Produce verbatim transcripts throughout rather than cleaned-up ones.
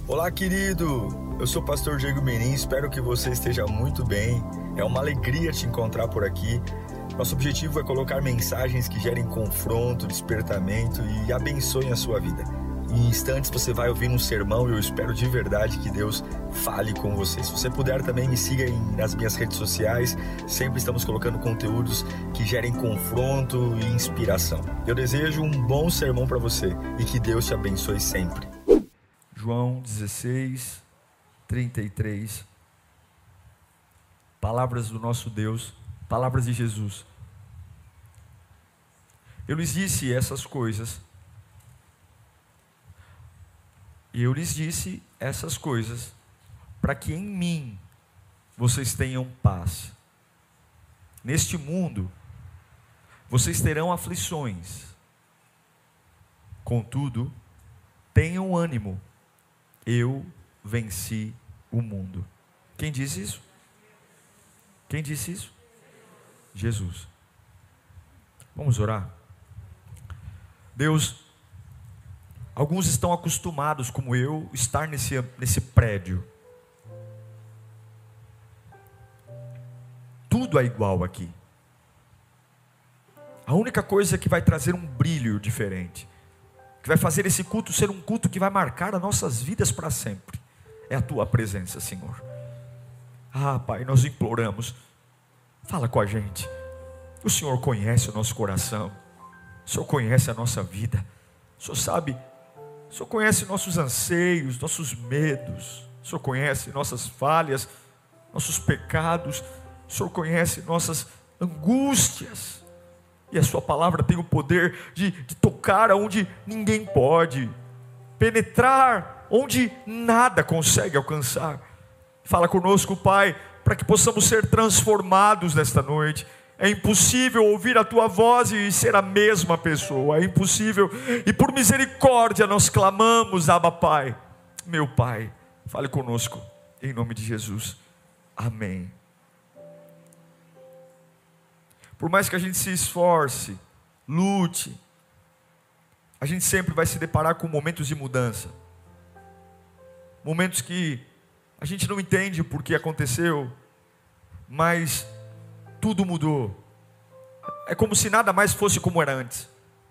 Olá, querido! Eu sou o pastor Diego Menin, espero que você esteja muito bem. É uma alegria te encontrar por aqui. Nosso objetivo é colocar mensagens que gerem confronto, despertamento e abençoem a sua vida. Em instantes você vai ouvir um sermão e eu espero de verdade que Deus fale com você. Se você puder também me siga em, nas minhas redes sociais, sempre estamos colocando conteúdos que gerem confronto e inspiração. Eu desejo um bom sermão para você e que Deus te abençoe sempre. João dezesseis, trinta e três, palavras do nosso Deus, palavras de Jesus. Eu lhes disse essas coisas, e eu lhes disse essas coisas, para que em mim vocês tenham paz. Neste mundo, vocês terão aflições, contudo, tenham ânimo. Eu venci o mundo. Quem disse isso? Quem disse isso? Jesus. Vamos orar? Deus, alguns estão acostumados, como eu, estar nesse, nesse prédio. Tudo é igual aqui. A única coisa que vai trazer um brilho diferente, que vai fazer esse culto ser um culto que vai marcar as nossas vidas para sempre, é a Tua presença, Senhor. Ah, Pai, nós imploramos, fala com a gente. O Senhor conhece o nosso coração, o Senhor conhece a nossa vida, o Senhor sabe, o Senhor conhece nossos anseios, nossos medos, o Senhor conhece nossas falhas, nossos pecados, o Senhor conhece nossas angústias. E a sua palavra tem o poder de, de tocar onde ninguém pode, penetrar onde nada consegue alcançar. Fala conosco, Pai, para que possamos ser transformados nesta noite. É impossível ouvir a Tua voz e ser a mesma pessoa, é impossível. E por misericórdia nós clamamos, Abba Pai, meu Pai, fale conosco, em nome de Jesus, amém. Por mais que a gente se esforce, lute, a gente sempre vai se deparar com momentos de mudança. Momentos que a gente não entende o porquê aconteceu, mas tudo mudou. É como se nada mais fosse como era antes.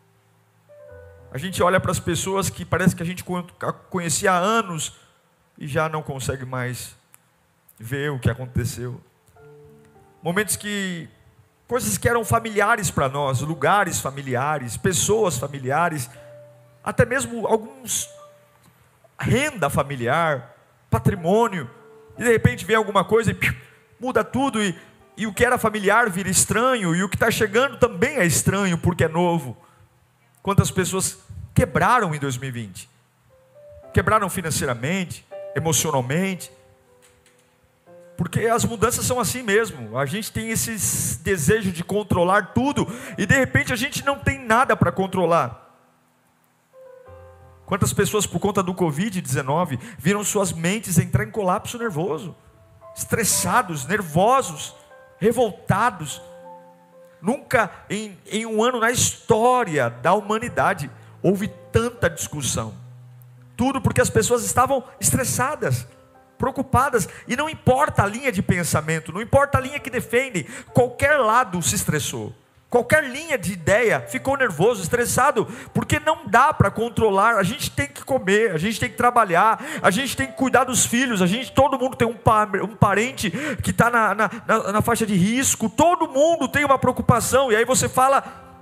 A gente olha para as pessoas que parece que a gente conhecia há anos e já não consegue mais ver o que aconteceu. Momentos que coisas que eram familiares para nós, lugares familiares, pessoas familiares, até mesmo alguns renda familiar, patrimônio, e de repente vem alguma coisa e piu, muda tudo, e, e o que era familiar vira estranho, e o que está chegando também é estranho porque é novo. Quantas pessoas quebraram em dois mil e vinte? Quebraram financeiramente, emocionalmente, porque as mudanças são assim mesmo. A gente tem esse desejo de controlar tudo e de repente a gente não tem nada para controlar. Quantas pessoas por conta do covid dezenove viram suas mentes entrar em colapso nervoso, estressados, nervosos, revoltados. Nunca em, em um ano na história da humanidade houve tanta discussão. Tudo porque as pessoas estavam estressadas, preocupadas, e não importa a linha de pensamento, não importa a linha que defendem, qualquer lado se estressou, qualquer linha de ideia ficou nervoso, estressado, porque não dá para controlar. A gente tem que comer, a gente tem que trabalhar, a gente tem que cuidar dos filhos, a gente, todo mundo tem um, pa, um parente que está na, na, na, na faixa de risco, todo mundo tem uma preocupação, e aí você fala,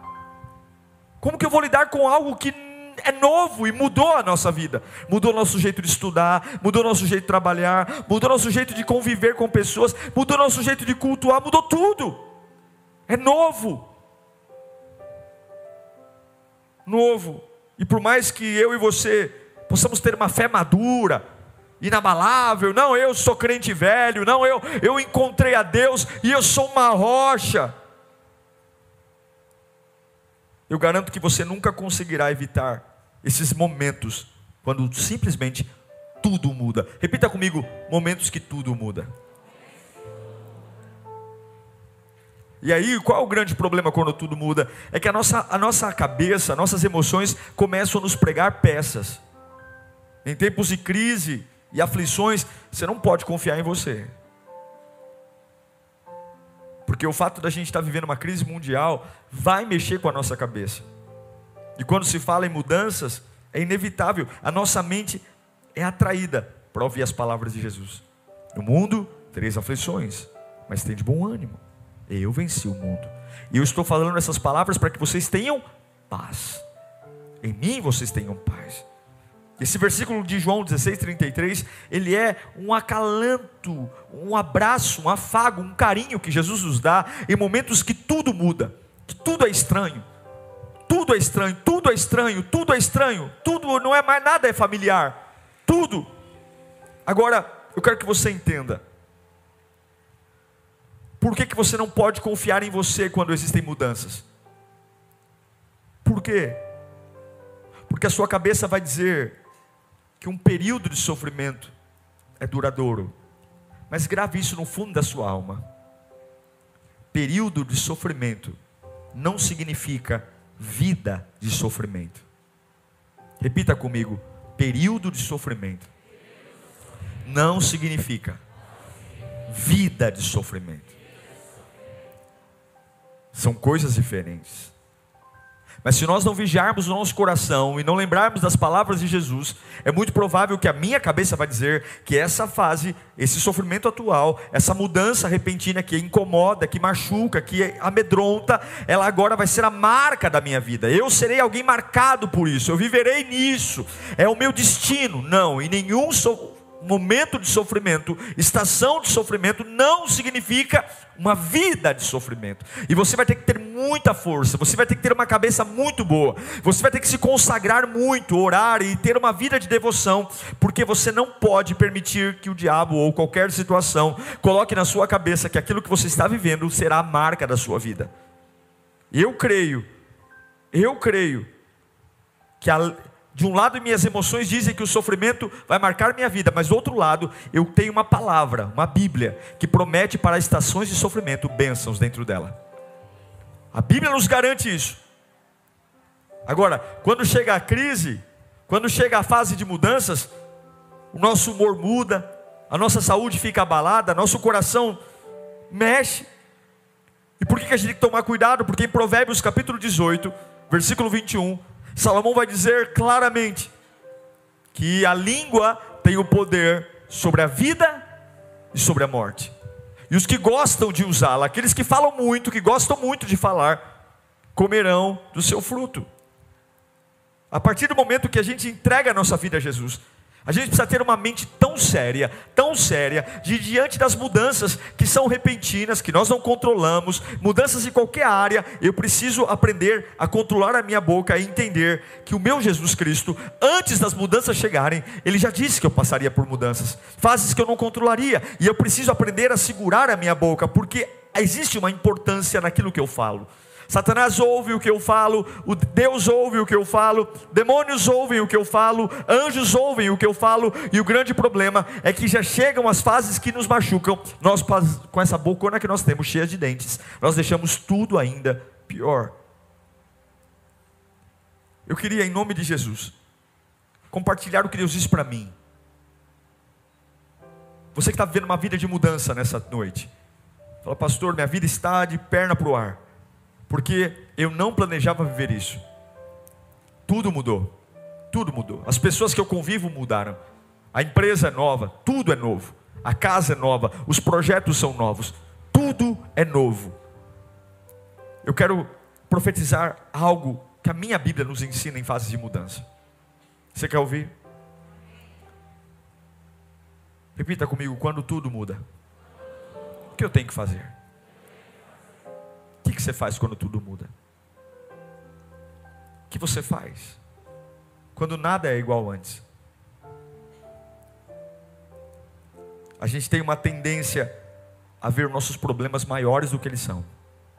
como que eu vou lidar com algo que é novo e mudou a nossa vida, mudou nosso jeito de estudar, mudou nosso jeito de trabalhar, mudou nosso jeito de conviver com pessoas, mudou nosso jeito de cultuar, mudou tudo, é novo, novo, e por mais que eu e você possamos ter uma fé madura, inabalável, não, eu sou crente velho, não, eu, eu encontrei a Deus e eu sou uma rocha, eu garanto que você nunca conseguirá evitar esses momentos, quando simplesmente tudo muda. Repita comigo, momentos que tudo muda. E aí, qual é o grande problema quando tudo muda? É que a nossa, a nossa cabeça, nossas emoções começam a nos pregar peças. Em tempos de crise e aflições, você não pode confiar em você. Porque o fato da gente estar vivendo uma crise mundial vai mexer com a nossa cabeça. E quando se fala em mudanças, é inevitável. A nossa mente é atraída para ouvir as palavras de Jesus. No mundo, tereis aflições, mas tem de bom ânimo. Eu venci o mundo. E eu estou falando essas palavras para que vocês tenham paz. Em mim vocês tenham paz. Esse versículo de João dezesseis, trinta e três, ele é um acalanto, um abraço, um afago, um carinho que Jesus nos dá em momentos que tudo muda, que tudo é estranho. Tudo é estranho, tudo é estranho, tudo é estranho, tudo não é mais nada, é familiar. Tudo. Agora, eu quero que você entenda. Por que que você não pode confiar em você quando existem mudanças? Por quê? Porque a sua cabeça vai dizer que um período de sofrimento é duradouro. Mas grave isso no fundo da sua alma. Período de sofrimento não significa vida de sofrimento. Repita comigo. Período de sofrimento não significa vida de sofrimento. São coisas diferentes. Mas se nós não vigiarmos o nosso coração e não lembrarmos das palavras de Jesus, é muito provável que a minha cabeça vai dizer que essa fase, esse sofrimento atual, essa mudança repentina que incomoda, que machuca, que amedronta, ela agora vai ser a marca da minha vida. Eu serei alguém marcado por isso, eu viverei nisso, é o meu destino. Não, em nenhum so- momento de sofrimento, estação de sofrimento, não significa uma vida de sofrimento. E você vai ter que ter muita força, você vai ter que ter uma cabeça muito boa, você vai ter que se consagrar muito, orar e ter uma vida de devoção, porque você não pode permitir que o diabo ou qualquer situação coloque na sua cabeça que aquilo que você está vivendo será a marca da sua vida. Eu creio, eu creio que a de um lado minhas emoções dizem que o sofrimento vai marcar minha vida, mas do outro lado eu tenho uma palavra, uma Bíblia, que promete para estações de sofrimento bênçãos dentro dela. A Bíblia nos garante isso. Agora, quando chega a crise, quando chega a fase de mudanças, o nosso humor muda, a nossa saúde fica abalada, nosso coração mexe. E por que que a gente tem que tomar cuidado? Porque em Provérbios capítulo dezoito, versículo vinte e um, Salomão vai dizer claramente que a língua tem o poder sobre a vida e sobre a morte. E os que gostam de usá-la, aqueles que falam muito, que gostam muito de falar, comerão do seu fruto. A partir do momento que a gente entrega a nossa vida a Jesus, a gente precisa ter uma mente tão séria, tão séria, de diante das mudanças que são repentinas, que nós não controlamos, mudanças em qualquer área. Eu preciso aprender a controlar a minha boca e entender que o meu Jesus Cristo, antes das mudanças chegarem, Ele já disse que eu passaria por mudanças, fases que eu não controlaria, e eu preciso aprender a segurar a minha boca, porque existe uma importância naquilo que eu falo. Satanás ouve o que eu falo, o Deus ouve o que eu falo, demônios ouvem o que eu falo, anjos ouvem o que eu falo, e o grande problema é que já chegam as fases que nos machucam. Nós, com essa bocona que nós temos cheia de dentes, nós deixamos tudo ainda pior. Eu queria, em nome de Jesus, compartilhar o que Deus disse para mim. Você que está vivendo uma vida de mudança nessa noite, fala: pastor, minha vida está de perna para o ar, porque eu não planejava viver isso. Tudo mudou, tudo mudou. As pessoas que eu convivo mudaram, a empresa é nova, tudo é novo, a casa é nova, os projetos são novos, tudo é novo. Eu quero profetizar algo que a minha Bíblia nos ensina em fases de mudança. Você quer ouvir? Repita comigo: quando tudo muda, o que eu tenho que fazer? O que você faz quando tudo muda? O que você faz quando nada é igual antes? A gente tem uma tendência a ver nossos problemas maiores do que eles são.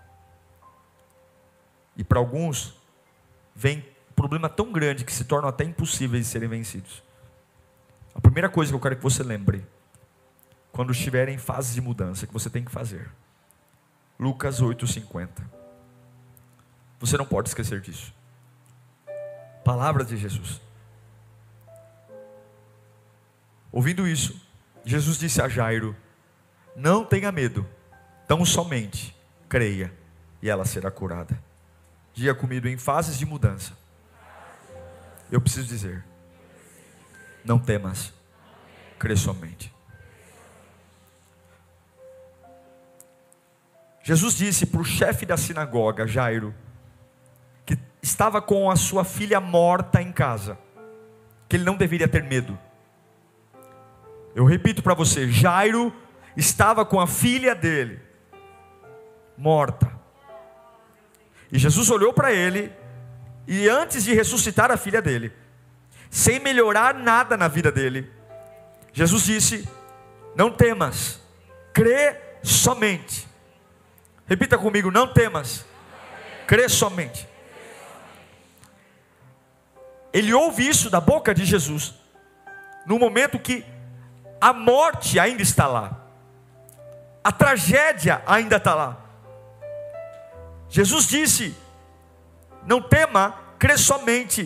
E para alguns, vem um problema tão grande que se tornam até impossíveis de serem vencidos. A primeira coisa que eu quero que você lembre, quando estiver em fases de mudança, que você tem que fazer: Lucas oito, cinquenta. Você não pode esquecer disso. Palavras de Jesus. Ouvindo isso, Jesus disse a Jairo: não tenha medo, tão somente creia e ela será curada. Diga comigo: em fases de mudança, eu preciso dizer: não temas, crê somente. Jesus disse para o chefe da sinagoga, Jairo, que estava com a sua filha morta em casa, que ele não deveria ter medo. Eu repito para você: Jairo estava com a filha dele morta, e Jesus olhou para ele, e antes de ressuscitar a filha dele, sem melhorar nada na vida dele, Jesus disse: não temas, crê somente. Repita comigo: não temas, crê somente. Ele ouve isso da boca de Jesus, no momento que a morte ainda está lá, a tragédia ainda está lá. Jesus disse: não tema, crê somente.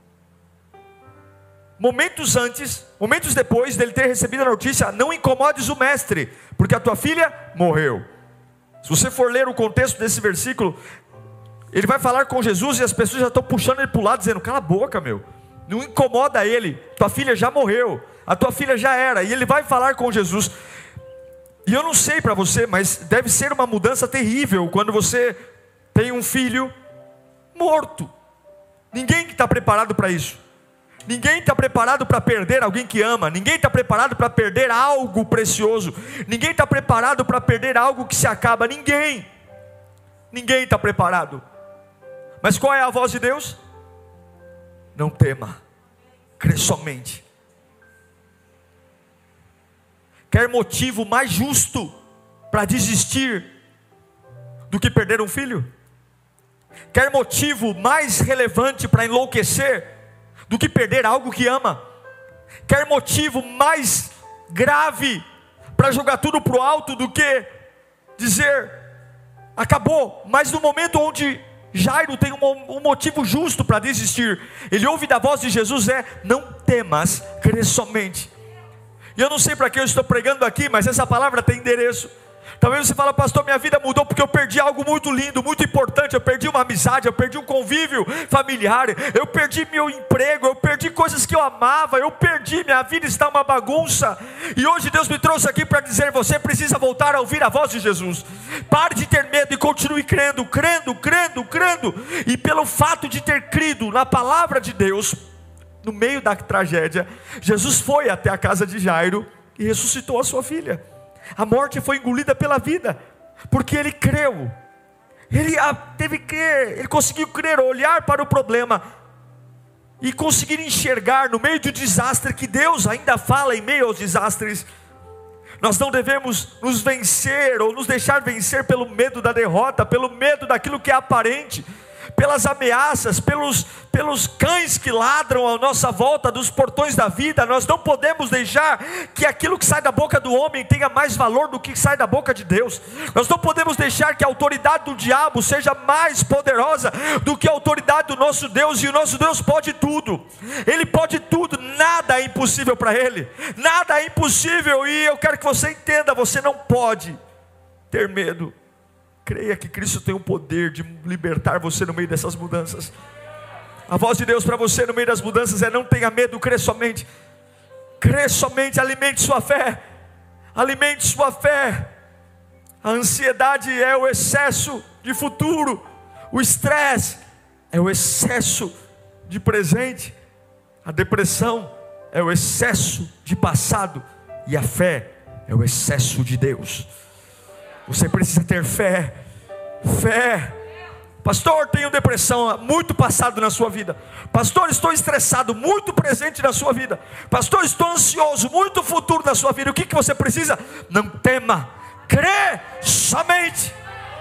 Momentos antes, momentos depois dele ter recebido a notícia: não incomodes o mestre, porque a tua filha morreu. Se você for ler o contexto desse versículo, ele vai falar com Jesus e as pessoas já estão puxando ele para o lado, dizendo: cala a boca, meu, não incomoda ele, tua filha já morreu, a tua filha já era. E ele vai falar com Jesus. E eu não sei para você, mas deve ser uma mudança terrível quando você tem um filho morto. Ninguém está preparado para isso. Ninguém está preparado para perder alguém que ama. Ninguém está preparado para perder algo precioso. Ninguém está preparado para perder algo que se acaba. Ninguém. Ninguém está preparado. Mas qual é a voz de Deus? Não tema, crê somente. Quer motivo mais justo para desistir do que perder um filho? Quer motivo mais relevante para enlouquecer do que perder algo que ama? Quer motivo mais grave para jogar tudo para o alto do que dizer: acabou? Mas no momento onde Jairo tem um, um motivo justo para desistir, ele ouve da voz de Jesus: é, não temas, crê somente. E eu não sei para que eu estou pregando aqui, mas essa palavra tem endereço. Talvez você fale: pastor, minha vida mudou porque eu perdi algo muito lindo, muito importante. Eu perdi uma amizade, eu perdi um convívio familiar, eu perdi meu emprego, eu perdi coisas que eu amava, eu perdi, minha vida está uma bagunça. E hoje Deus me trouxe aqui para dizer: você precisa voltar a ouvir a voz de Jesus. Pare de ter medo e continue crendo, crendo, crendo, crendo. E pelo fato de ter crido na palavra de Deus, no meio da tragédia, Jesus foi até a casa de Jairo e ressuscitou a sua filha. A morte foi engolida pela vida, porque ele creu. Ele teve que crer, ele conseguiu crer, olhar para o problema e conseguir enxergar no meio do desastre que Deus ainda fala em meio aos desastres. Nós não devemos nos vencer ou nos deixar vencer pelo medo da derrota, pelo medo daquilo que é aparente, pelas ameaças, pelos, pelos cães que ladram à nossa volta dos portões da vida. Nós não podemos deixar que aquilo que sai da boca do homem tenha mais valor do que sai da boca de Deus. Nós não podemos deixar que a autoridade do diabo seja mais poderosa do que a autoridade do nosso Deus. E o nosso Deus pode tudo, Ele pode tudo, nada é impossível para Ele, nada é impossível. E eu quero que você entenda: você não pode ter medo. Creia que Cristo tem o poder de libertar você no meio dessas mudanças. A voz de Deus para você no meio das mudanças é: não tenha medo, crê somente. Crê somente, alimente sua fé. Alimente sua fé. A ansiedade é o excesso de futuro. O estresse é o excesso de presente. A depressão é o excesso de passado. E a fé é o excesso de Deus. Você precisa ter fé. Fé. Pastor, tenho depressão, muito passado na sua vida. Pastor, estou estressado, muito presente na sua vida. Pastor, estou ansioso, muito futuro na sua vida. O que, que você precisa? Não tema, crê somente.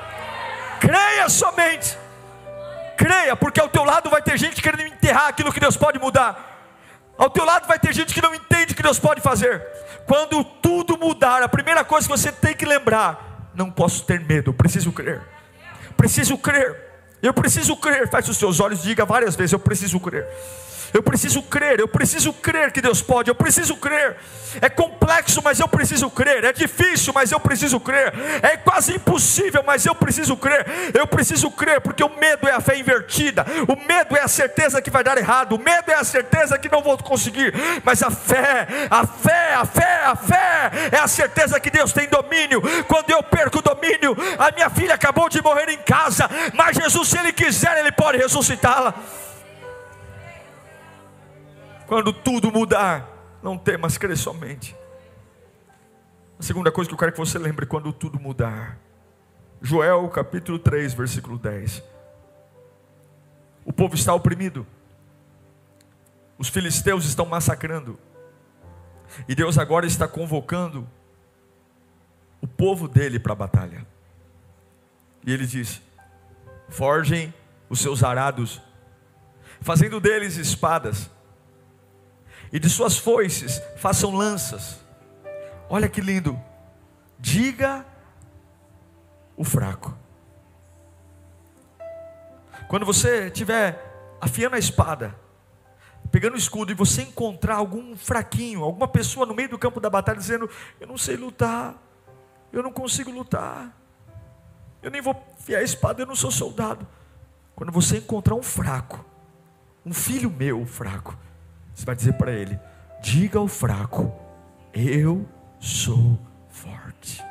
Creia somente. Creia, porque ao teu lado vai ter gente querendo enterrar aquilo que Deus pode mudar. Ao teu lado vai ter gente que não entende o que Deus pode fazer. Quando tudo mudar, a primeira coisa que você tem que lembrar: não posso ter medo, preciso crer. Preciso crer. Eu preciso crer. Feche os seus olhos e diga várias vezes: eu preciso crer. Eu preciso crer, eu preciso crer que Deus pode, eu preciso crer. É complexo, mas eu preciso crer. É difícil, mas eu preciso crer. É quase impossível, mas eu preciso crer. Eu preciso crer, porque o medo é a fé invertida. O medo é a certeza que vai dar errado. O medo é a certeza que não vou conseguir. Mas a fé, a fé, a fé, a fé é a certeza que Deus tem domínio. Quando eu perco o domínio, a minha filha acabou de morrer em casa, mas Jesus, se Ele quiser, Ele pode ressuscitá-la. Quando tudo mudar, não temas, crer somente. A segunda coisa que eu quero que você lembre: quando tudo mudar. Joel capítulo três, versículo dez. O povo está oprimido, os filisteus estão massacrando, e Deus agora está convocando o povo dele para a batalha. E Ele diz: forjem os seus arados, fazendo deles espadas, e de suas foices façam lanças. Olha que lindo. Diga o fraco. Quando você estiver afiando a espada, pegando o escudo, e você encontrar algum fraquinho, alguma pessoa no meio do campo da batalha dizendo: eu não sei lutar, eu não consigo lutar, eu nem vou afiar a espada, eu não sou soldado. Quando você encontrar um fraco, um filho meu fraco, você vai dizer para ele: diga ao fraco, eu sou forte.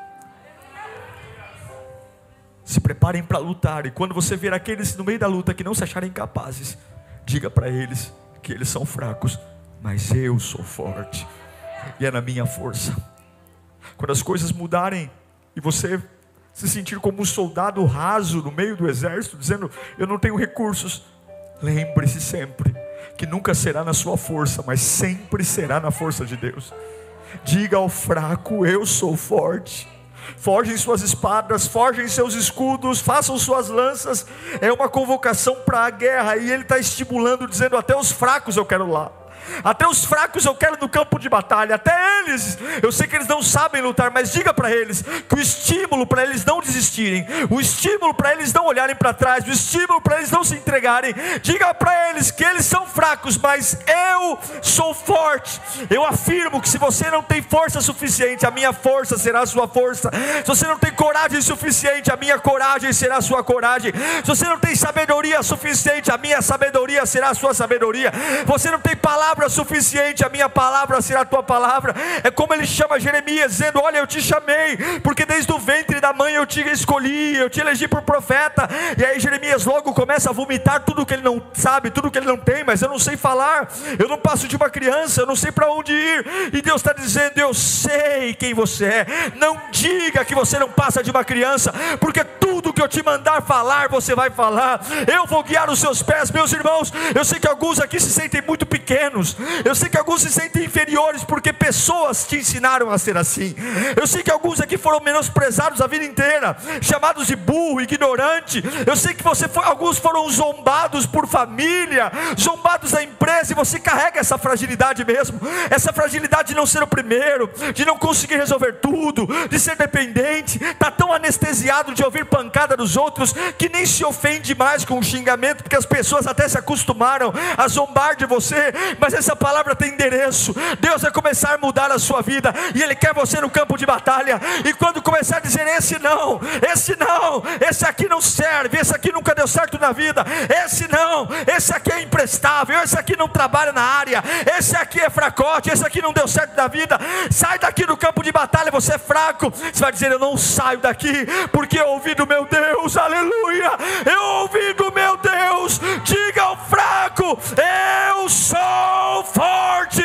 Se preparem para lutar, e quando você ver aqueles no meio da luta que não se acharem capazes, diga para eles que eles são fracos, mas eu sou forte, e é na minha força. Quando as coisas mudarem, e você se sentir como um soldado raso no meio do exército, dizendo: eu não tenho recursos, lembre-se sempre que nunca será na sua força, mas sempre será na força de Deus. Diga ao fraco: eu sou forte. Forjem suas espadas, forjem seus escudos, façam suas lanças. É uma convocação para a guerra, e Ele está estimulando, dizendo: até os fracos eu quero lá. Até os fracos eu quero no campo de batalha. Até eles, eu sei que eles não sabem lutar, mas diga para eles que o estímulo para eles não desistirem, o estímulo para eles não olharem para trás, o estímulo para eles não se entregarem. Diga para eles que eles são fracos, mas eu sou forte. Eu afirmo que se você não tem força suficiente, a minha força será a sua força. Se você não tem coragem suficiente, a minha coragem será a sua coragem. Se você não tem sabedoria suficiente, a minha sabedoria será a sua sabedoria. Você não tem palavra suficiente, a minha palavra será a tua palavra. É como Ele chama Jeremias, dizendo: olha, eu te chamei, porque desde o ventre da mãe eu te escolhi, eu te elegi por profeta. E aí Jeremias logo começa a vomitar tudo que ele não sabe, tudo que ele não tem. Mas eu não sei falar, eu não passo de uma criança, eu não sei para onde ir. E Deus está dizendo: eu sei quem você é. Não diga que você não passa de uma criança, porque tudo que eu te mandar falar, você vai falar. Eu vou guiar os seus pés. Meus irmãos, eu sei que alguns aqui se sentem muito pequenos, eu sei que alguns se sentem inferiores, porque pessoas te ensinaram a ser assim. Eu sei que alguns aqui foram menosprezados a vida inteira, chamados de burro, ignorante. Eu sei que você foi, alguns foram zombados por família, zombados da empresa, e você carrega essa fragilidade mesmo, essa fragilidade de não ser o primeiro, de não conseguir resolver tudo, de ser dependente. Está tão anestesiado de ouvir pancada dos outros, que nem se ofende mais com o xingamento, porque as pessoas até se acostumaram a zombar de você. Mas essa palavra tem endereço. Deus vai começar a mudar a sua vida, e Ele quer você no campo de batalha. E quando começar a dizer: esse não, esse não, esse aqui não serve, esse aqui nunca deu certo na vida, esse não, esse aqui é imprestável, esse aqui não trabalha na área, esse aqui é fracote, esse aqui não deu certo na vida, sai daqui do campo de batalha, você é fraco. Você vai dizer: eu não saio daqui, porque eu ouvi do meu Deus, aleluia, eu ouvi do meu Deus. Diga ao fraco: eu sou forte.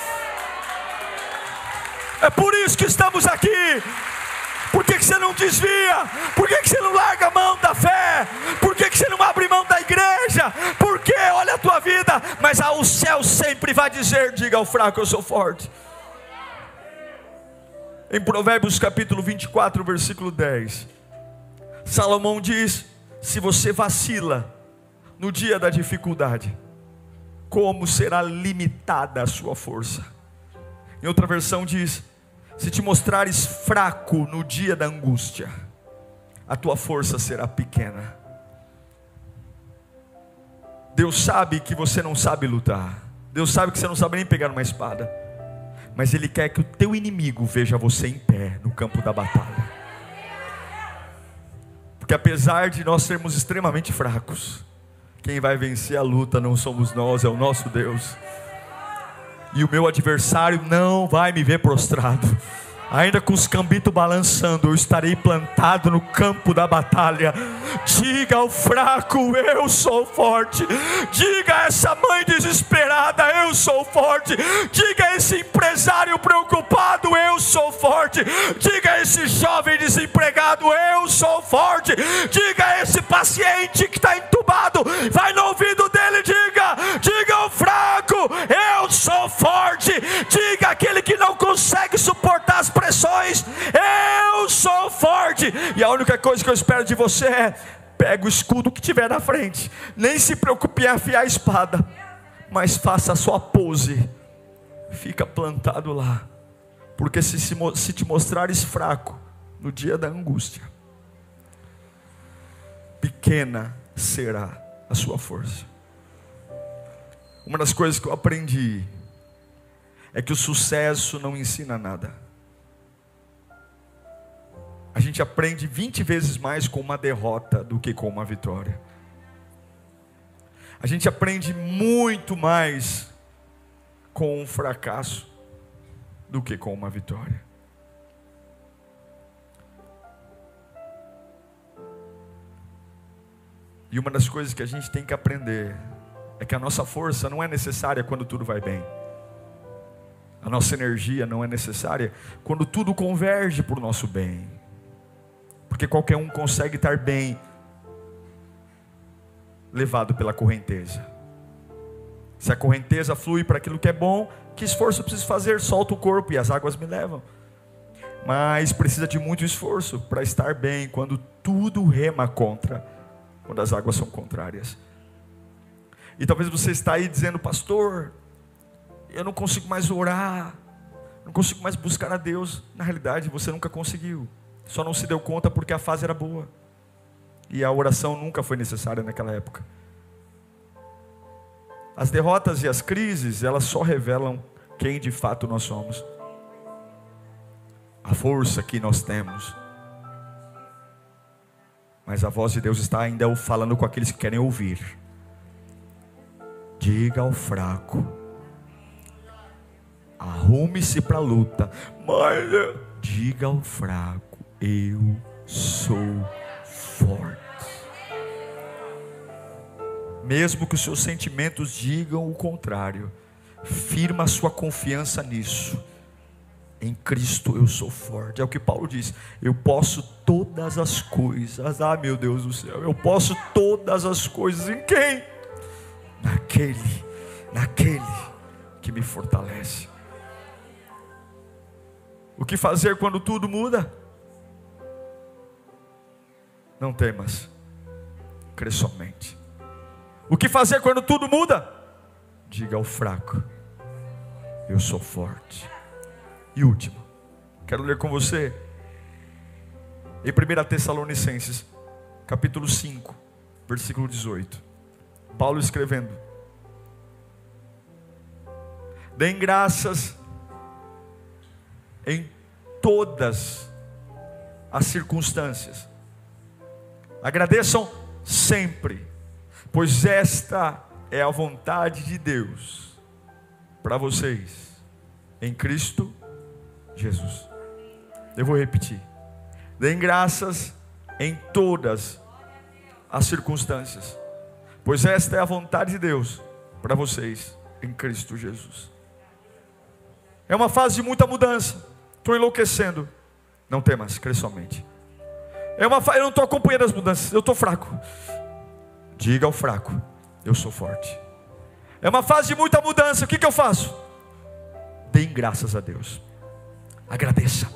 É por isso que estamos aqui. Por que, que você não desvia? Por que, que você não larga a mão da fé? Por que, que você não abre mão da igreja? Porque olha a tua vida, mas o céu sempre vai dizer: diga ao fraco: eu sou forte. Em Provérbios capítulo vinte e quatro, versículo dez, Salomão diz: se você vacila no dia da dificuldade, como será limitada a sua força? Em outra versão diz: se te mostrares fraco no dia da angústia, a tua força será pequena. Deus sabe que você não sabe lutar. Deus sabe que você não sabe nem pegar uma espada, mas Ele quer que o teu inimigo veja você em pé no campo da batalha. Porque apesar de nós sermos extremamente fracos, quem vai vencer a luta não somos nós, é o nosso Deus. E o meu adversário não vai me ver prostrado. Ainda com os cambitos balançando, eu estarei plantado no campo da batalha. Diga ao fraco, eu sou forte. Diga a essa mãe desesperada, eu sou forte. Diga a esse empresário preocupado, eu sou forte. Diga a esse jovem desempregado, eu sou forte. Diga a esse paciente que está entubado, vai no ouvido dele, diga. Diga ao fraco, eu sou forte. Diga àquele que não consegue suportar as pressões, eu sou forte. E a única coisa que eu espero de você é: pega o escudo que tiver na frente, nem se preocupe em afiar a espada, mas faça a sua pose, fica plantado lá, porque se, se, se te mostrares fraco no dia da angústia, pequena será a sua força. Uma das coisas que eu aprendi é que o sucesso não ensina nada. A gente aprende vinte vezes mais com uma derrota do que com uma vitória. A gente aprende muito mais com um fracasso do que com uma vitória. E uma das coisas que a gente tem que aprender é que a nossa força não é necessária quando tudo vai bem. A nossa energia não é necessária quando tudo converge para o nosso bem. Porque qualquer um consegue estar bem levado pela correnteza. Se a correnteza flui para aquilo que é bom, que esforço eu preciso fazer? Solto o corpo e as águas me levam. Mas precisa de muito esforço para estar bem quando tudo rema contra, quando as águas são contrárias. E talvez você está aí dizendo: pastor, eu não consigo mais orar, não consigo mais buscar a Deus. Na realidade você nunca conseguiu, só não se deu conta porque a fase era boa, e a oração nunca foi necessária naquela época. As derrotas e as crises, elas só revelam quem de fato nós somos, a força que nós temos. Mas a voz de Deus está ainda falando com aqueles que querem ouvir. Diga ao fraco, arrume-se para a luta. Mas diga ao fraco, eu sou forte. Mesmo que os seus sentimentos digam o contrário, firma a sua confiança nisso. Em Cristo eu sou forte. É o que Paulo diz: eu posso todas as coisas. Ah, meu Deus do céu, eu posso todas as coisas em quem? Naquele, naquele que me fortalece. O que fazer quando tudo muda? Não temas, crê somente. O que fazer quando tudo muda? Diga ao fraco, eu sou forte. E último, quero ler com você em primeira Tessalonicenses, capítulo cinco, versículo dezoito. Paulo escrevendo: deem graças em todas as circunstâncias, agradeçam sempre, pois esta é a vontade de Deus para vocês em Cristo Jesus. Eu vou repetir: deem graças em todas as circunstâncias, pois esta é a vontade de Deus para vocês em Cristo Jesus. É uma fase de muita mudança. Estou enlouquecendo. Não temas, crê somente. É uma fa... Eu não estou acompanhando as mudanças, eu estou fraco. Diga ao fraco, eu sou forte. É uma fase de muita mudança. O que, que eu faço? Deem graças a Deus. Agradeça.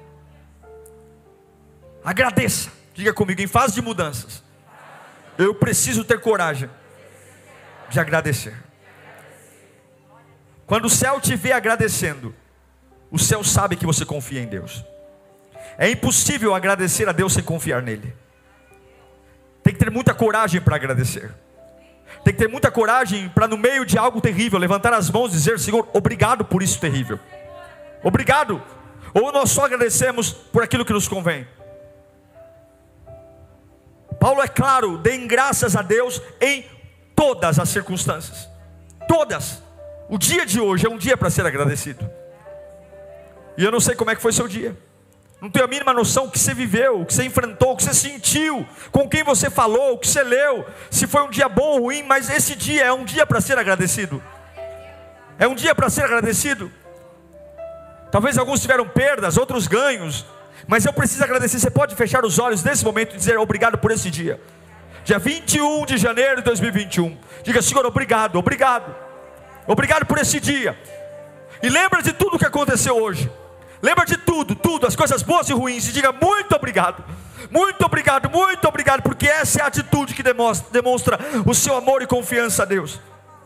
Agradeça. Diga comigo: em fase de mudanças, eu preciso ter coragem de agradecer. Quando o céu te vê agradecendo, o céu sabe que você confia em Deus. É impossível agradecer a Deus sem confiar nele. Tem que ter muita coragem para agradecer. Tem que ter muita coragem para, no meio de algo terrível, levantar as mãos e dizer: Senhor, obrigado por isso terrível. Obrigado. Ou nós só agradecemos por aquilo que nos convém. Paulo é claro: deem graças a Deus em todas as circunstâncias. Todas. O dia de hoje é um dia para ser agradecido. E eu não sei como é que foi seu dia. Não tenho a mínima noção o que você viveu, o que você enfrentou, o que você sentiu, com quem você falou, o que você leu, se foi um dia bom ou ruim, mas esse dia é um dia para ser agradecido. É um dia para ser agradecido. Talvez alguns tiveram perdas, outros ganhos, mas eu preciso agradecer. Você pode fechar os olhos nesse momento e dizer: obrigado por esse dia. Dia vinte e um de janeiro de dois mil e vinte e um. Diga: Senhor, obrigado, obrigado. Obrigado por esse dia. E lembra de tudo o que aconteceu hoje. Lembra de tudo, tudo, as coisas boas e ruins. E diga: muito obrigado, muito obrigado, muito obrigado. Porque essa é a atitude que demonstra, demonstra o seu amor e confiança a Deus.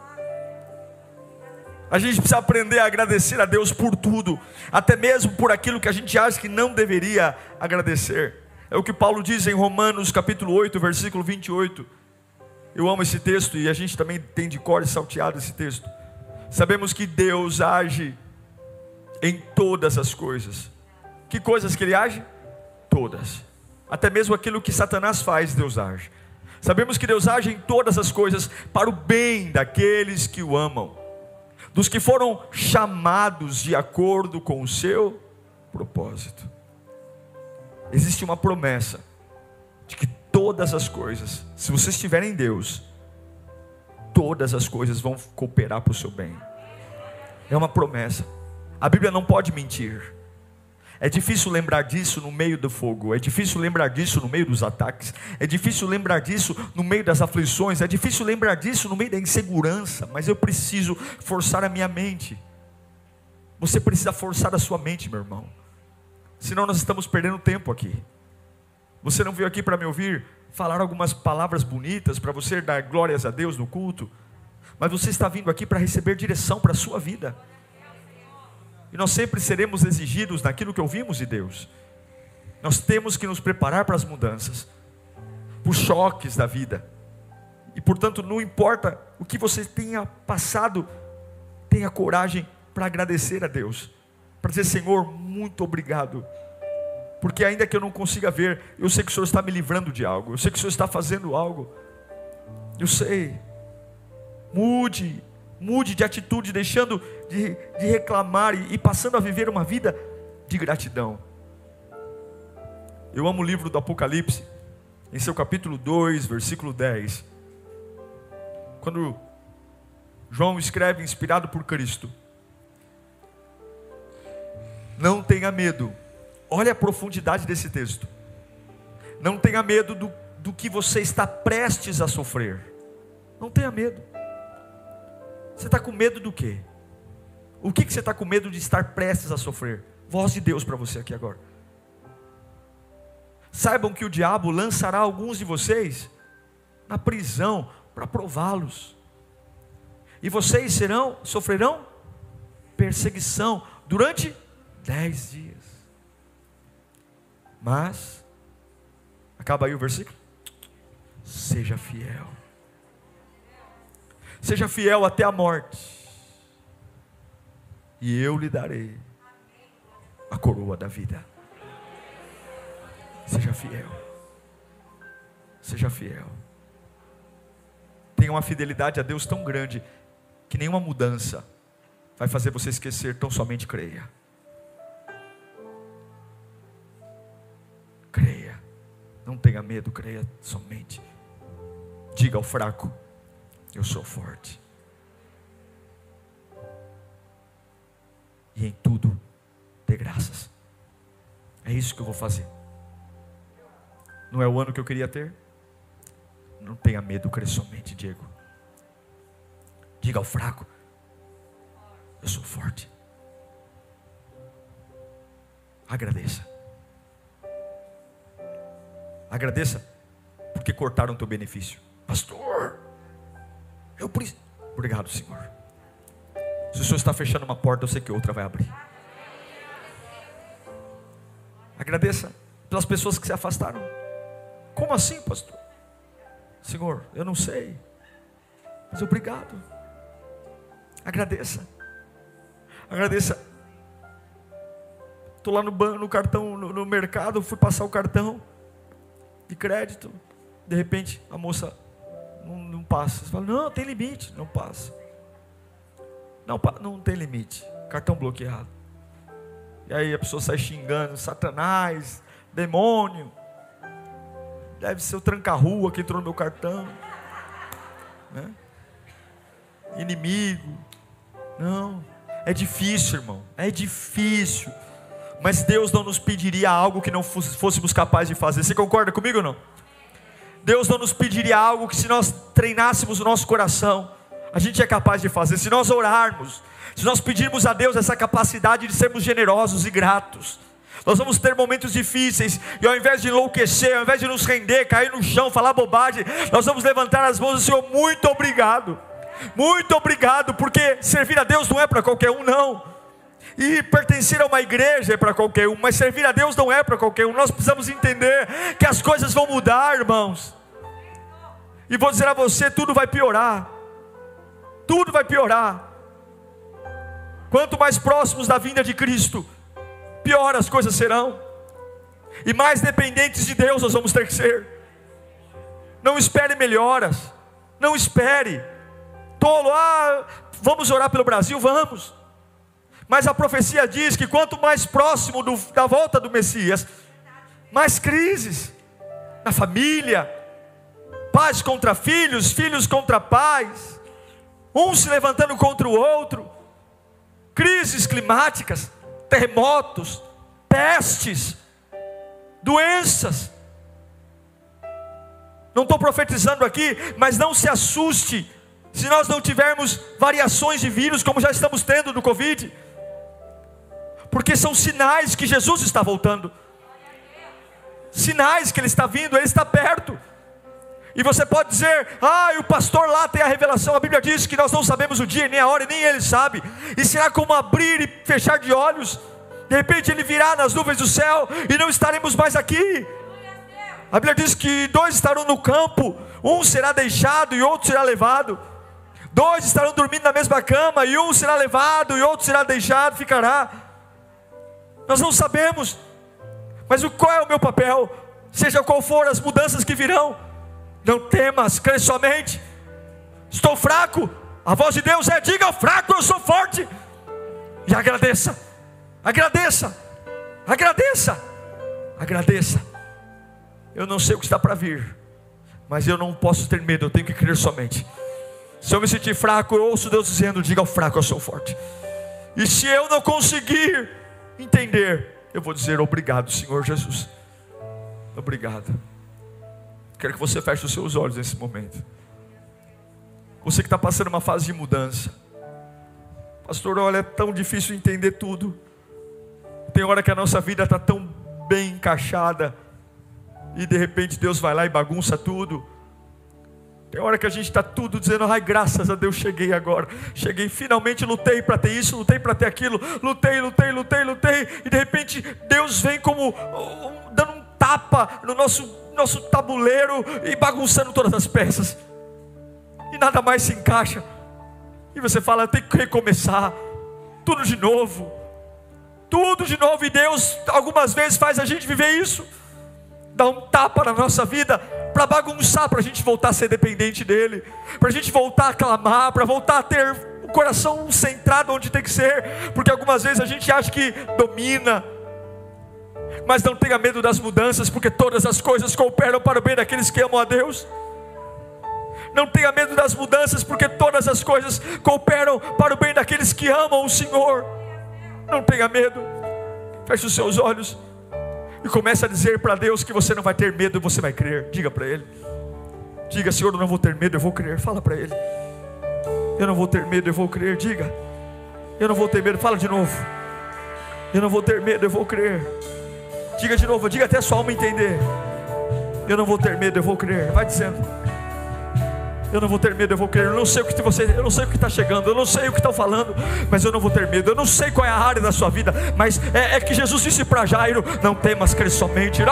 A gente precisa aprender a agradecer a Deus por tudo, até mesmo por aquilo que a gente acha que não deveria agradecer. É o que Paulo diz em Romanos capítulo oito, versículo vinte e oito. Eu amo esse texto e a gente também tem de cor e salteado esse texto. Sabemos que Deus age em todas as coisas. Que coisas que Ele age? Todas. Até mesmo aquilo que Satanás faz, Deus age. Sabemos que Deus age em todas as coisas para o bem daqueles que o amam, dos que foram chamados de acordo com o seu propósito. Existe uma promessa de que todas as coisas, se você estiver em Deus, todas as coisas vão cooperar para o seu bem. É uma promessa. A Bíblia não pode mentir. É difícil lembrar disso no meio do fogo. É difícil lembrar disso no meio dos ataques. É difícil lembrar disso no meio das aflições. É difícil lembrar disso no meio da insegurança. Mas eu preciso forçar a minha mente. Você precisa forçar a sua mente, meu irmão. Senão nós estamos perdendo tempo aqui. Você não veio aqui para me ouvir falar algumas palavras bonitas, para você dar glórias a Deus no culto. Mas você está vindo aqui para receber direção para a sua vida. E nós sempre seremos exigidos naquilo que ouvimos de Deus. Nós temos que nos preparar para as mudanças, para os choques da vida. E portanto não importa o que você tenha passado, tenha coragem para agradecer a Deus, para dizer: Senhor, muito obrigado. Porque ainda que eu não consiga ver, eu sei que o Senhor está me livrando de algo. Eu sei que o Senhor está fazendo algo. Eu sei. Mude, mude de atitude, deixando de, de reclamar e, e passando a viver uma vida de gratidão. Eu amo o livro do Apocalipse, em seu capítulo dois, versículo dez. Quando João escreve, inspirado por Cristo: não tenha medo. Olha a profundidade desse texto. Não tenha medo do, do que você está prestes a sofrer. Não tenha medo. Você está com medo do quê? O que, que você está com medo de estar prestes a sofrer? Voz de Deus para você aqui agora. Saibam que o diabo lançará alguns de vocês na prisão para prová-los. E vocês serão, sofrerão perseguição durante dez dias. Mas, acaba aí o versículo. Seja fiel. Seja fiel até a morte, e eu lhe darei a coroa da vida. Seja fiel. Seja fiel. Tenha uma fidelidade a Deus tão grande que nenhuma mudança vai fazer você esquecer, tão somente creia. Creia. Não tenha medo, creia somente. Diga ao fraco: eu sou forte. E em tudo dê graças. É isso que eu vou fazer. Não é o ano que eu queria ter? Não tenha medo, crê somente, Diego. Diga ao fraco: eu sou forte. Agradeça. Agradeça porque cortaram o teu benefício. Pastor, eu preciso. Obrigado, Senhor. Se o Senhor está fechando uma porta, eu sei que outra vai abrir. Agradeça pelas pessoas que se afastaram. Como assim, pastor? Senhor, eu não sei. Mas obrigado. Agradeça. Agradeça. Estou lá no banco, no cartão, no, no mercado, fui passar o cartão de crédito. De repente, a moça não, não passa. Você fala, não, tem limite. Não passa. Não, não tem limite. Cartão bloqueado. E aí a pessoa sai xingando, Satanás, demônio. Deve ser o tranca-rua que entrou no meu cartão. Né? Inimigo. Não. É difícil, irmão. É difícil. Mas Deus não nos pediria algo que não fôssemos capazes de fazer. Você concorda comigo ou não? Deus não nos pediria algo que, se nós treinássemos o nosso coração, a gente é capaz de fazer. Se nós orarmos, se nós pedirmos a Deus essa capacidade de sermos generosos e gratos, nós vamos ter momentos difíceis, e ao invés de enlouquecer, ao invés de nos render, cair no chão, falar bobagem, nós vamos levantar as mãos e dizer, Senhor, muito obrigado, muito obrigado, porque servir a Deus não é para qualquer um, não. E pertencer a uma igreja é para qualquer um, mas servir a Deus não é para qualquer um. Nós precisamos entender que as coisas vão mudar, irmãos. E vou dizer a você, tudo vai piorar. Tudo vai piorar. Quanto mais próximos da vinda de Cristo, pior as coisas serão. E mais dependentes de Deus nós vamos ter que ser. Não espere melhoras. Não espere. Tolo, ah, vamos orar pelo Brasil? Vamos. Mas a profecia diz que quanto mais próximo do, da volta do Messias, mais crises na família, pais contra filhos, filhos contra pais, um se levantando contra o outro, crises climáticas, terremotos, pestes, doenças. Não estou profetizando aqui, mas não se assuste se nós não tivermos variações de vírus como já estamos tendo do Covid, porque são sinais que Jesus está voltando, sinais que Ele está vindo, Ele está perto. E você pode dizer, ah, o pastor lá tem a revelação. A Bíblia diz que nós não sabemos o dia, nem a hora, nem ele sabe, e será como abrir e fechar de olhos. De repente ele virá nas nuvens do céu, e não estaremos mais aqui. A Bíblia diz que dois estarão no campo, um será deixado e outro será levado. Dois estarão dormindo na mesma cama, e um será levado e outro será deixado, ficará. Nós não sabemos, mas o, qual é o meu papel? Seja qual for as mudanças que virão, não temas, crê somente. Estou fraco, a voz de Deus é, diga ao fraco, eu sou forte. E agradeça, agradeça, agradeça, agradeça. Eu não sei o que está para vir, mas eu não posso ter medo, eu tenho que crer somente. Se eu me sentir fraco, eu ouço Deus dizendo, diga ao fraco, eu sou forte. E se eu não conseguir entender, eu vou dizer, obrigado, Senhor Jesus, obrigado. Quero que você feche os seus olhos nesse momento. Você que está passando uma fase de mudança. Pastor, olha, é tão difícil entender tudo. Tem hora que a nossa vida está tão bem encaixada, e de repente Deus vai lá e bagunça tudo. Tem hora que a gente está tudo dizendo, ai, graças a Deus cheguei agora. Cheguei, finalmente lutei para ter isso, lutei para ter aquilo. Lutei, lutei, lutei, lutei. E de repente Deus vem como um, dando um tapa no nosso, nosso tabuleiro e bagunçando todas as peças. E nada mais se encaixa. E você fala, tem que recomeçar. Tudo de novo. Tudo de novo. E Deus algumas vezes faz a gente viver isso. Dá um tapa na nossa vida para bagunçar, para a gente voltar a ser dependente dEle, para a gente voltar a clamar, para voltar a ter o coração centrado onde tem que ser, porque algumas vezes a gente acha que domina, mas não tenha medo das mudanças, porque todas as coisas cooperam para o bem daqueles que amam a Deus. Não tenha medo das mudanças, porque todas as coisas cooperam para o bem daqueles que amam o Senhor. Não tenha medo. Feche os seus olhos e comece a dizer para Deus que você não vai ter medo, você vai crer. Diga para Ele. Diga, Senhor, eu não vou ter medo, eu vou crer. Fala para Ele. Eu não vou ter medo, eu vou crer. Diga, eu não vou ter medo. Fala de novo. Eu não vou ter medo, eu vou crer. Diga de novo, diga até a sua alma entender. Eu não vou ter medo, eu vou crer. Vai dizendo. Eu não vou ter medo, eu vou crer. Eu não sei o que você, eu não sei o que está chegando, eu não sei o que estão falando, mas eu não vou ter medo. Eu não sei qual é a área da sua vida, mas é, é que Jesus disse para Jairo: não temas, crê somente.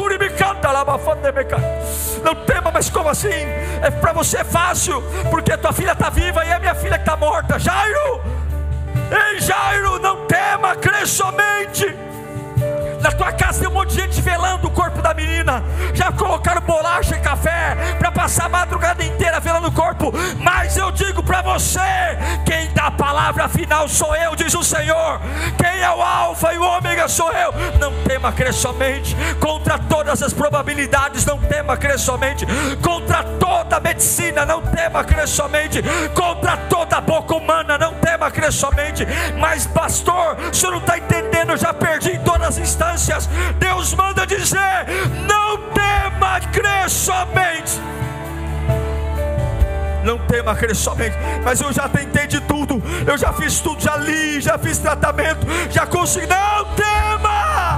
Não tema, mas como assim? É, para você é fácil, porque a tua filha está viva e a minha filha que está morta. Jairo, ei Jairo, não tema, crê somente. Na tua casa tem um monte de gente velando o corpo da menina. Já colocaram bolacha e café para passar a madrugada inteira velando o corpo. Mas eu digo para você: quem dá a palavra final sou eu, diz o Senhor. Quem é o alfa e o ômega sou eu. Não tema, crer somente. Contra todas as probabilidades, não tema, crer somente. Contra toda a medicina, não tema, crer somente. Contra toda a boca humana, não tema, crer somente. Mas pastor, o senhor não está entendendo, eu já perdi em todas as instâncias. Deus manda dizer: não tema, crê somente. Não tema, crê somente. Mas eu já tentei de tudo, eu já fiz tudo, já li, já fiz tratamento, já consegui. Não tema.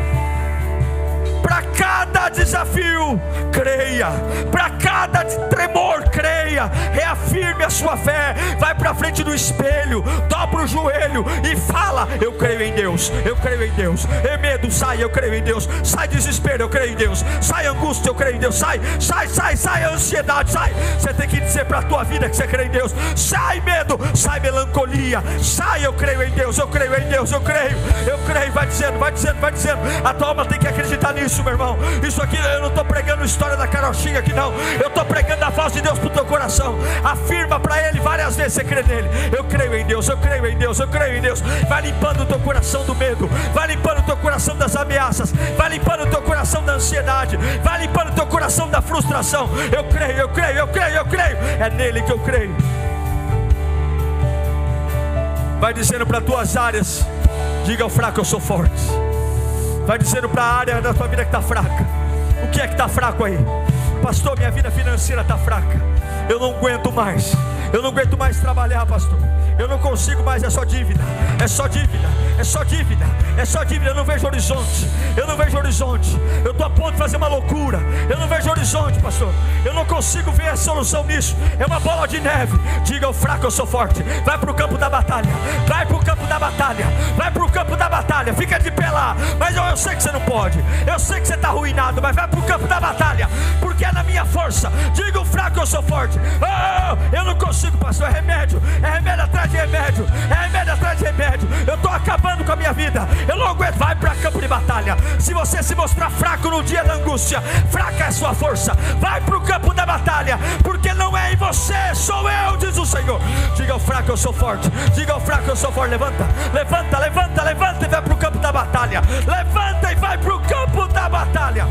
Para cada desafio, creia. Para cada tremor, creia. Reafirme a sua fé. Vai para frente do espelho, dobra o joelho e fala: eu creio em Deus, eu creio em Deus. E medo, sai, eu creio em Deus. Sai desespero, eu creio em Deus. Sai angústia, eu creio em Deus. Sai, sai, sai, sai ansiedade, sai. Você tem que dizer para a tua vida que você crê em Deus. Sai medo, sai melancolia. Sai, eu creio em Deus, eu creio em Deus, eu creio, eu creio. Vai dizendo, vai dizendo, vai dizendo. A tua alma tem que acreditar nisso, meu irmão. Isso aqui eu não estou pregando história da carochinha aqui não. Eu estou pregando a voz de Deus para o teu coração. Afirma para Ele várias vezes: você crê nele. Eu creio em Deus, eu creio em Deus, eu creio em Deus. Vai limpando o teu coração do medo. Vai limpando o teu coração das ameaças. Vai limpando o teu coração da ansiedade. Vai limpando o teu coração da frustração. Eu creio, eu creio, eu creio, eu creio. É nele que eu creio. Vai dizendo para as tuas áreas: diga ao fraco, eu sou forte. Vai dizendo para a área da tua vida que está fraca. O que é que está fraco aí? Pastor, minha vida financeira está fraca. Eu não aguento mais. Eu não aguento mais trabalhar, pastor. Eu não consigo mais, é só dívida. É só dívida, é só dívida. É só dívida, eu não vejo horizonte. Eu não vejo horizonte. Eu estou a ponto de fazer uma loucura. Eu não vejo horizonte, pastor. Eu não consigo ver a solução nisso. É uma bola de neve. Diga ao fraco, eu sou forte. Vai para o campo da batalha. Vai para o campo da batalha. Vai para o campo da batalha. Fica de pé lá. Mas eu, eu sei que você não pode. Eu sei que você está arruinado. Mas vai para o campo da batalha. Porque é na minha força. Diga ao fraco, eu sou forte. Oh, eu não consigo, pastor. É remédio. É remédio atrás de remédio. É remédio atrás de remédio. Eu estou acabando com a minha vida. Eu não aguento. Vai para campo de batalha. Se você se mostrar fraco no dia da angústia, fraca é a sua força. Vai para o campo da batalha. Porque não é em você, sou eu, diz o Senhor. Diga ao fraco, eu sou forte. Diga ao fraco, eu sou forte. Levanta, levanta, levanta, levanta e vai para o campo da batalha. Levanta e vai para o campo da batalha.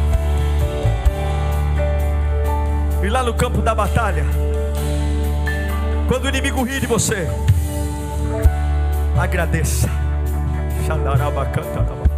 E lá no campo da batalha, quando o inimigo ri de você, agradeça. Xandaraba canta.